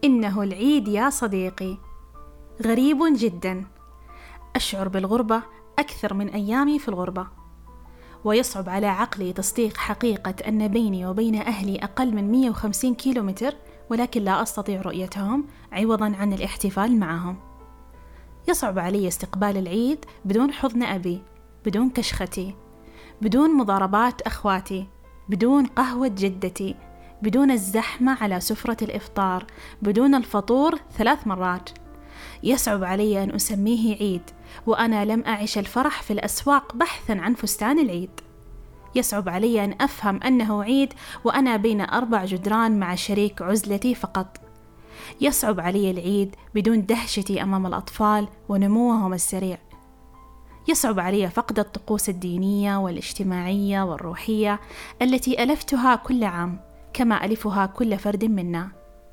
إنه العيد يا صديقي غريب جدا. أشعر بالغربة أكثر من أيامي في الغربة، ويصعب على عقلي تصديق حقيقة أن بيني وبين أهلي أقل من 150 كيلومتر، ولكن لا أستطيع رؤيتهم عوضا عن الاحتفال معهم. يصعب علي استقبال العيد بدون حضن أبي، بدون كشختي، بدون مضاربات أخواتي، بدون قهوة جدتي، بدون الزحمة على سفرة الإفطار، بدون الفطور 3 مرات. يصعب علي أن أسميه عيد وأنا لم أعش الفرح في الأسواق بحثا عن فستان العيد. يصعب علي أن أفهم أنه عيد وأنا بين 4 جدران مع شريك عزلتي فقط. يصعب علي العيد بدون دهشتي أمام الأطفال ونموهم السريع. يصعب علي فقد الطقوس الدينية والاجتماعية والروحية التي ألفتها كل عام كما ألفها كل فرد منا.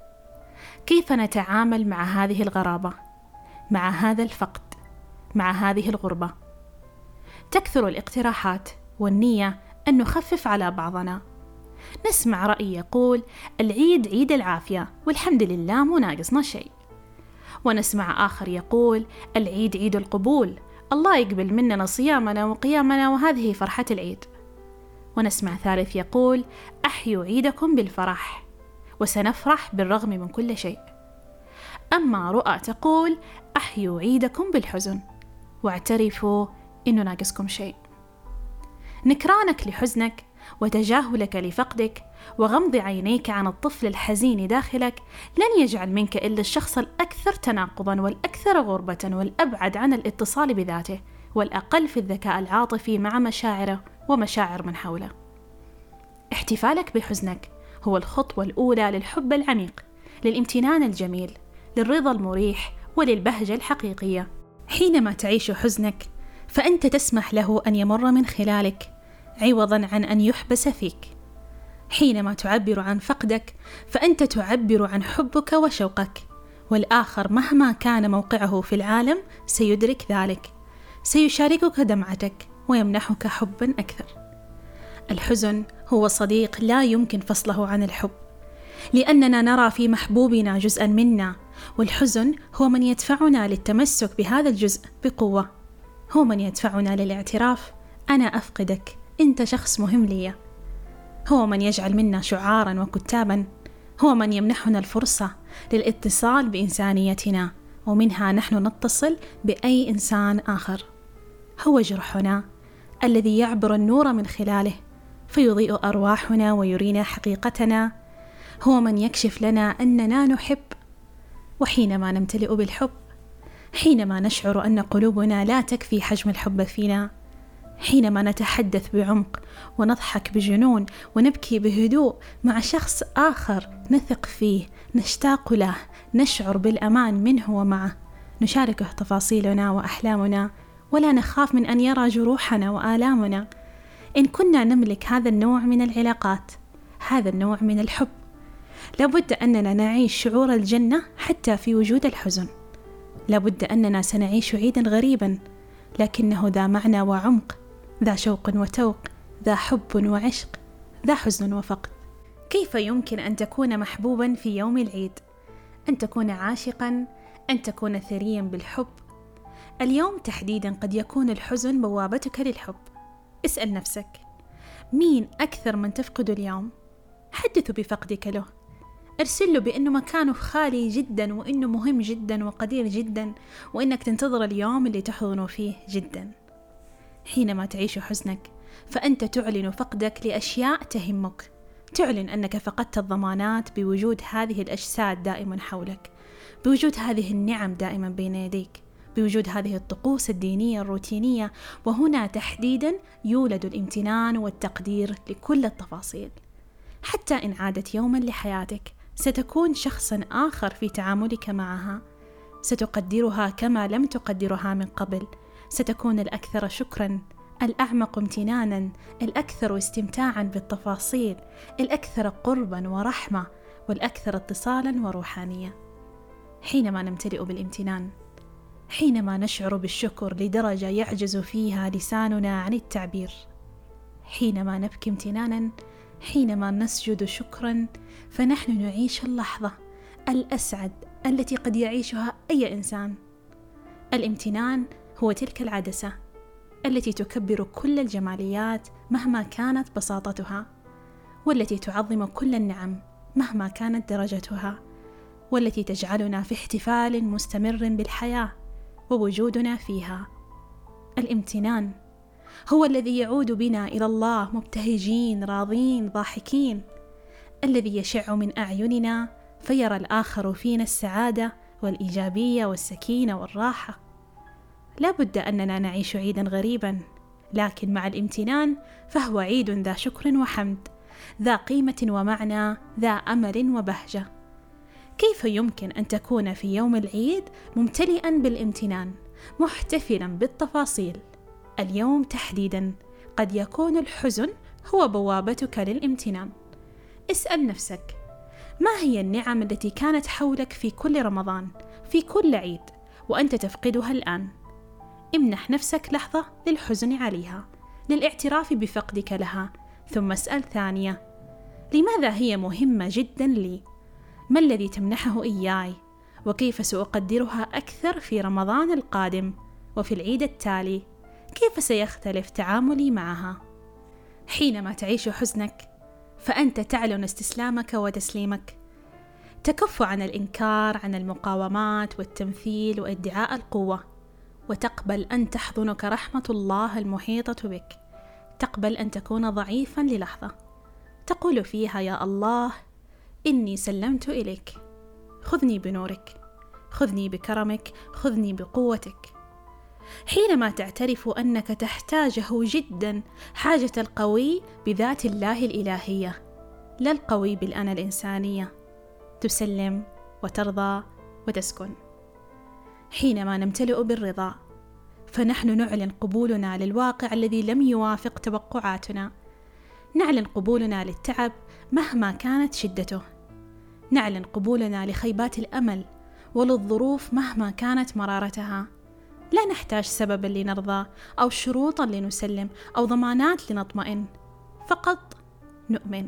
كيف نتعامل مع هذه الغرابة، مع هذا الفقد، مع هذه الغربة؟ تكثر الاقتراحات والنية أن نخفف على بعضنا. نسمع رأي يقول العيد عيد العافية والحمد لله مو ناقصنا شيء، ونسمع آخر يقول العيد عيد القبول، الله يقبل مننا صيامنا وقيامنا وهذه فرحة العيد. ونسمع ثالث يقول أحيوا عيدكم بالفرح وسنفرح بالرغم من كل شيء. أما رؤى تقول أحيوا عيدكم بالحزن واعترفوا إنه ناقصكم شيء. نكرانك لحزنك وتجاهلك لفقدك وغمض عينيك عن الطفل الحزين داخلك لن يجعل منك إلا الشخص الأكثر تناقضا والأكثر غربة والأبعد عن الاتصال بذاته والأقل في الذكاء العاطفي مع مشاعره ومشاعر من حوله. احتفالك بحزنك هو الخطوة الأولى للحب العميق، للامتنان الجميل، للرضا المريح وللبهجة الحقيقية. حينما تعيش حزنك فأنت تسمح له أن يمر من خلالك عوضا عن أن يحبس فيك. حينما تعبر عن فقدك فأنت تعبر عن حبك وشوقك، والآخر مهما كان موقعه في العالم سيدرك ذلك، سيشاركك دمعتك ويمنحك حبا أكثر. الحزن هو صديق لا يمكن فصله عن الحب، لأننا نرى في محبوبنا جزءا منا، والحزن هو من يدفعنا للتمسك بهذا الجزء بقوة، هو من يدفعنا للاعتراف أنا أفقدك، أنت شخص مهم لي. هو من يجعل منا شعارا وكتابا، هو من يمنحنا الفرصة للاتصال بإنسانيتنا ومنها نحن نتصل بأي إنسان آخر. هو جرحنا الذي يعبر النور من خلاله فيضيء أرواحنا ويرينا حقيقتنا. هو من يكشف لنا أننا نحب، وحينما نمتلئ بالحب، حينما نشعر أن قلوبنا لا تكفي حجم الحب فينا، حينما نتحدث بعمق ونضحك بجنون ونبكي بهدوء مع شخص آخر نثق فيه، نشتاق له، نشعر بالأمان منه ومعه، نشاركه تفاصيلنا وأحلامنا ولا نخاف من أن يرى جروحنا وآلامنا. إن كنا نملك هذا النوع من العلاقات، هذا النوع من الحب، لابد أننا نعيش شعور الجنة حتى في وجود الحزن. لابد أننا سنعيش عيدا غريبا لكنه ذا معنى وعمق، ذا شوق وتوق، ذا حب وعشق، ذا حزن وفقد. كيف يمكن أن تكون محبوبا في يوم العيد؟ أن تكون عاشقا، أن تكون ثريا بالحب. اليوم تحديدا قد يكون الحزن بوابتك للحب. اسأل نفسك مين أكثر من تفقد اليوم؟ حدث بفقدك له، ارسل له بأنه مكانه خالي جدا وإنه مهم جدا وقدير جدا وإنك تنتظر اليوم اللي تحضنه فيه جدا. حينما تعيش حزنك فأنت تعلن فقدك لأشياء تهمك، تعلن أنك فقدت الضمانات بوجود هذه الأجساد دائما حولك، بوجود هذه النعم دائما بين يديك، بوجود هذه الطقوس الدينية الروتينية. وهنا تحديدا يولد الامتنان والتقدير لكل التفاصيل. حتى إن عادت يوما لحياتك ستكون شخصا آخر في تعاملك معها، ستقدرها كما لم تقدرها من قبل، ستكون الأكثر شكرا، الأعمق امتنانا، الأكثر استمتاعا بالتفاصيل، الأكثر قربا ورحمة، والأكثر اتصالا وروحانية. حينما نمتلئ بالامتنان، حينما نشعر بالشكر لدرجة يعجز فيها لساننا عن التعبير، حينما نبكي امتنانا، حينما نسجد شكرا، فنحن نعيش اللحظة الأسعد التي قد يعيشها أي إنسان. الامتنان هو تلك العدسة التي تكبر كل الجماليات مهما كانت بساطتها، والتي تعظم كل النعم مهما كانت درجتها، والتي تجعلنا في احتفال مستمر بالحياة ووجودنا فيها. الامتنان هو الذي يعود بنا إلى الله مبتهجين راضين ضاحكين، الذي يشع من أعيننا فيرى الآخر فينا السعادة والإيجابية والسكينة والراحة. لا بد أننا نعيش عيدا غريبا، لكن مع الامتنان فهو عيد ذا شكر وحمد، ذا قيمة ومعنى، ذا أمل وبهجة. كيف يمكن أن تكون في يوم العيد ممتلئا بالامتنان، محتفلا بالتفاصيل؟ اليوم تحديدا قد يكون الحزن هو بوابتك للامتنان. اسأل نفسك، ما هي النعم التي كانت حولك في كل رمضان، في كل عيد، وأنت تفقدها الآن؟ امنح نفسك لحظة للحزن عليها، للاعتراف بفقدك لها، ثم اسأل ثانية: لماذا هي مهمة جدا لي؟ ما الذي تمنحه إياي؟ وكيف سأقدرها أكثر في رمضان القادم وفي العيد التالي؟ كيف سيختلف تعاملي معها؟ حينما تعيش حزنك فأنت تعلن استسلامك وتسليمك، تكف عن الإنكار، عن المقاومات والتمثيل وادعاء القوة، وتقبل أن تحضنك رحمة الله المحيطة بك. تقبل أن تكون ضعيفا للحظة، تقول فيها: يا الله، إني سلمت إليك، خذني بنورك، خذني بكرمك، خذني بقوتك. حينما تعترف أنك تحتاجه جدا، حاجة القوي بذات الله الإلهية لا القوي بالأنا الإنسانية، تسلم وترضى وتسكن. حينما نمتلئ بالرضا فنحن نعلن قبولنا للواقع الذي لم يوافق توقعاتنا، نعلن قبولنا للتعب مهما كانت شدته، نعلن قبولنا لخيبات الأمل وللظروف مهما كانت مرارتها. لا نحتاج سببا لنرضى أو شروطا لنسلم أو ضمانات لنطمئن، فقط نؤمن.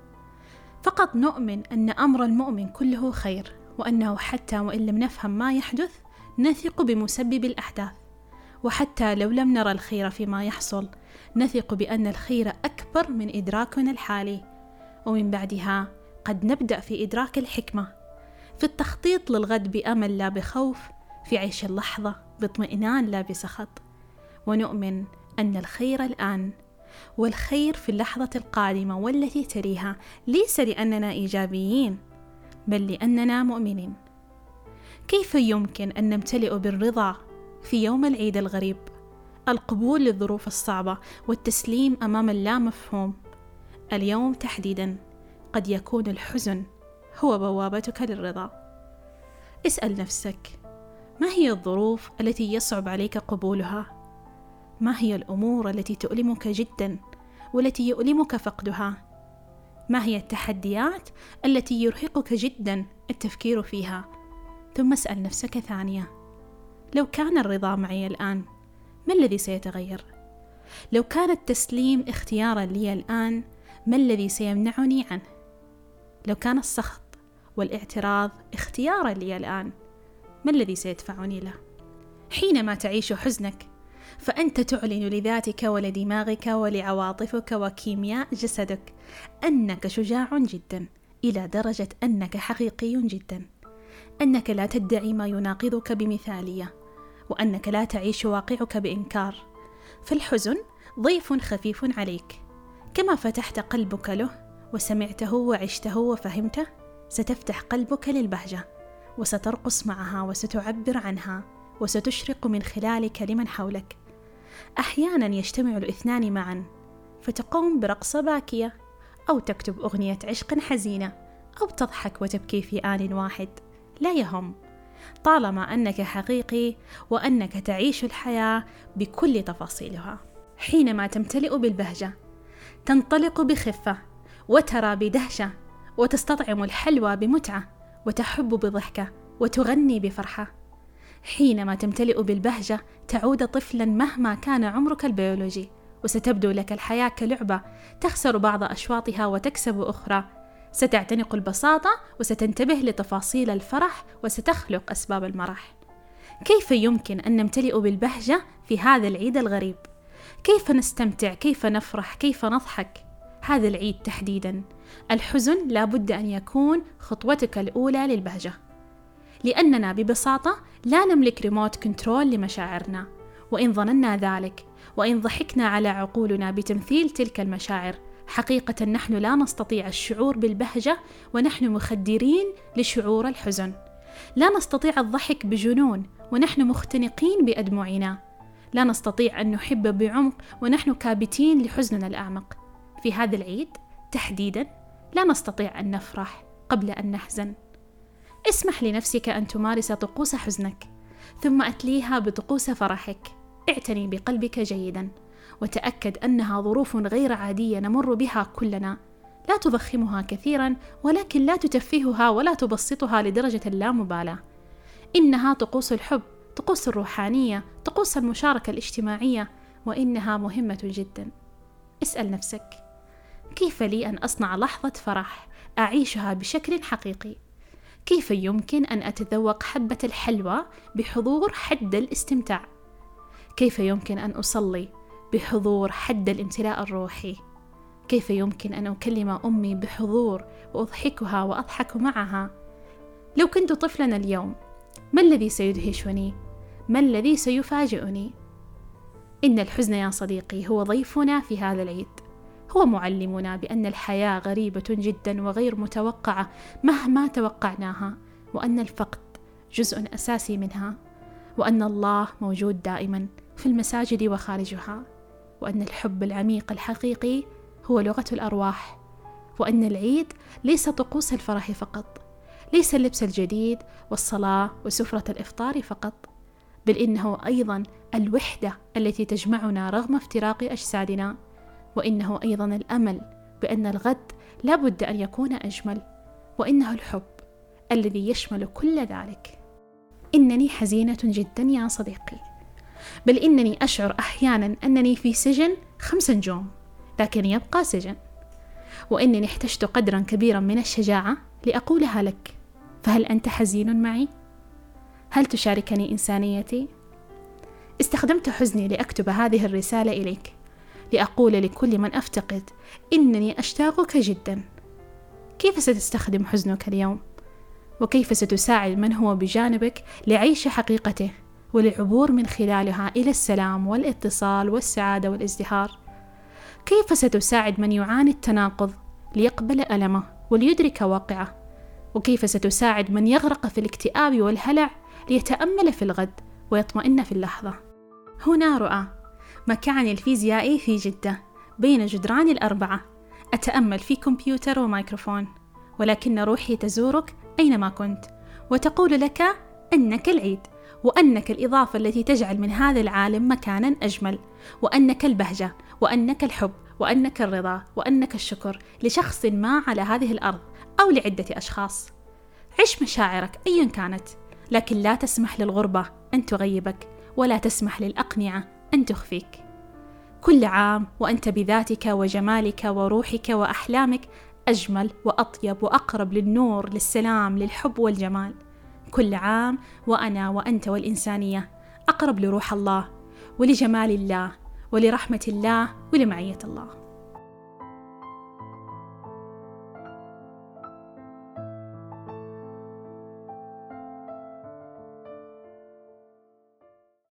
فقط نؤمن أن أمر المؤمن كله خير، وأنه حتى وإن لم نفهم ما يحدث نثق بمسبب الأحداث، وحتى لو لم نرى الخير فيما يحصل نثق بأن الخير أكبر من إدراكنا الحالي، ومن بعدها قد نبدأ في إدراك الحكمة، في التخطيط للغد بأمل لا بخوف، في عيش اللحظة باطمئنان لا بسخط. ونؤمن أن الخير الآن والخير في اللحظة القادمة والتي تليها ليس لأننا إيجابيين، بل لأننا مؤمنين. كيف يمكن أن نمتلئ بالرضا في يوم العيد الغريب، القبول للظروف الصعبة والتسليم أمام اللامفهوم؟ اليوم تحديدا قد يكون الحزن هو بوابتك للرضا. اسأل نفسك: ما هي الظروف التي يصعب عليك قبولها؟ ما هي الأمور التي تؤلمك جدا والتي يؤلمك فقدها؟ ما هي التحديات التي يرهقك جدا التفكير فيها؟ ثم اسأل نفسك ثانية: لو كان الرضا معي الآن ما الذي سيتغير؟ لو كان التسليم اختيارا لي الآن ما الذي سيمنعني عنه؟ لو كان السخط والاعتراض اختيارا لي الآن ما الذي سيدفعني له؟ حينما تعيش حزنك فأنت تعلن لذاتك ولدماغك ولعواطفك وكيمياء جسدك أنك شجاع جدا، إلى درجة أنك حقيقي جدا، أنك لا تدعي ما يناقضك بمثالية، وأنك لا تعيش واقعك بإنكار. فالحزن ضيف خفيف عليك، كما فتحت قلبك له وسمعته وعشته وفهمته، ستفتح قلبك للبهجة وسترقص معها وستعبر عنها وستشرق من خلالك لمن حولك. أحيانا يجتمع الاثنان معا فتقوم برقصة باكية، أو تكتب أغنية عشق حزينة، أو تضحك وتبكي في آن واحد، لا يهم، طالما أنك حقيقي وأنك تعيش الحياة بكل تفاصيلها. حينما تمتلئ بالبهجة تنطلق بخفة وترى بدهشة، وتستطعم الحلوى بمتعة، وتحب بضحكة، وتغني بفرحة. حينما تمتلئ بالبهجة تعود طفلا مهما كان عمرك البيولوجي، وستبدو لك الحياة كلعبة تخسر بعض أشواطها وتكسب أخرى، ستعتنق البساطة وستنتبه لتفاصيل الفرح وستخلق أسباب المرح. كيف يمكن أن نمتلئ بالبهجة في هذا العيد الغريب؟ كيف نستمتع؟ كيف نفرح؟ كيف نضحك؟ هذا العيد تحديدا الحزن لابد أن يكون خطوتك الأولى للبهجة، لأننا ببساطة لا نملك ريموت كنترول لمشاعرنا، وإن ظننا ذلك وإن ضحكنا على عقولنا بتمثيل تلك المشاعر، حقيقة نحن لا نستطيع الشعور بالبهجة ونحن مخدرين لشعور الحزن. لا نستطيع الضحك بجنون ونحن مختنقين بأدمعنا. لا نستطيع أن نحب بعمق ونحن كابتين لحزننا الأعمق. في هذا العيد تحديدا لا نستطيع أن نفرح قبل أن نحزن. اسمح لنفسك أن تمارس طقوس حزنك ثم أتليها بطقوس فرحك. اعتني بقلبك جيدا وتأكد أنها ظروف غير عادية نمر بها كلنا. لا تضخمها كثيرا ولكن لا تتفهها ولا تبسطها لدرجة اللامبالاة. إنها طقوس الحب، طقوس الروحانية، طقوس المشاركة الاجتماعية، وإنها مهمة جدا. اسأل نفسك: كيف لي أن أصنع لحظة فرح أعيشها بشكل حقيقي؟ كيف يمكن أن أتذوق حبة الحلوى بحضور حد الاستمتاع؟ كيف يمكن أن أصلي بحضور حد الامتلاء الروحي؟ كيف يمكن أن أكلم أمي بحضور وأضحكها وأضحك معها؟ لو كنت طفلا اليوم، ما الذي سيدهشني؟ ما الذي سيفاجئني؟ إن الحزن يا صديقي هو ضيفنا في هذا العيد، هو معلمنا بأن الحياة غريبة جدا وغير متوقعة مهما توقعناها، وأن الفقد جزء أساسي منها، وأن الله موجود دائما في المساجد وخارجها، وأن الحب العميق الحقيقي هو لغة الأرواح، وأن العيد ليس طقوس الفرح فقط، ليس اللبس الجديد والصلاة وسفرة الإفطار فقط، بل إنه أيضا الوحدة التي تجمعنا رغم افتراق أجسادنا، وإنه أيضا الأمل بأن الغد لا بد أن يكون أجمل، وإنه الحب الذي يشمل كل ذلك. إنني حزينة جدا يا صديقي، بل إنني أشعر أحيانا أنني في سجن 5 نجوم، لكن يبقى سجن، وإنني احتجت قدرا كبيرا من الشجاعة لأقولها لك. فهل أنت حزين معي؟ هل تشاركني إنسانيتي؟ استخدمت حزني لأكتب هذه الرسالة إليك، لأقول لكل من أفتقد إنني أشتاقك جدا. كيف ستستخدم حزنك اليوم؟ وكيف ستساعد من هو بجانبك لعيش حقيقته وللعبور من خلالها إلى السلام والاتصال والسعادة والازدهار؟ كيف ستساعد من يعاني التناقض ليقبل ألمه وليدرك واقعه؟ وكيف ستساعد من يغرق في الاكتئاب والهلع ليتأمل في الغد ويطمئن في اللحظة؟ هنا رؤى، مكاني الفيزيائي في جدة بين جدران 4، أتأمل في كمبيوتر وميكروفون، ولكن روحي تزورك أينما كنت وتقول لك أنك العيد، وأنك الإضافة التي تجعل من هذا العالم مكانا أجمل، وأنك البهجة، وأنك الحب، وأنك الرضا، وأنك الشكر لشخص ما على هذه الأرض أو لعدة أشخاص. عش مشاعرك أيا كانت، لكن لا تسمح للغربة أن تغيبك، ولا تسمح للأقنعة أن تخفيك. كل عام وأنت بذاتك وجمالك وروحك وأحلامك أجمل وأطيب وأقرب للنور، للسلام، للحب والجمال. كل عام وأنا وأنت والإنسانية أقرب لروح الله ولجمال الله ولرحمة الله ولمعية الله.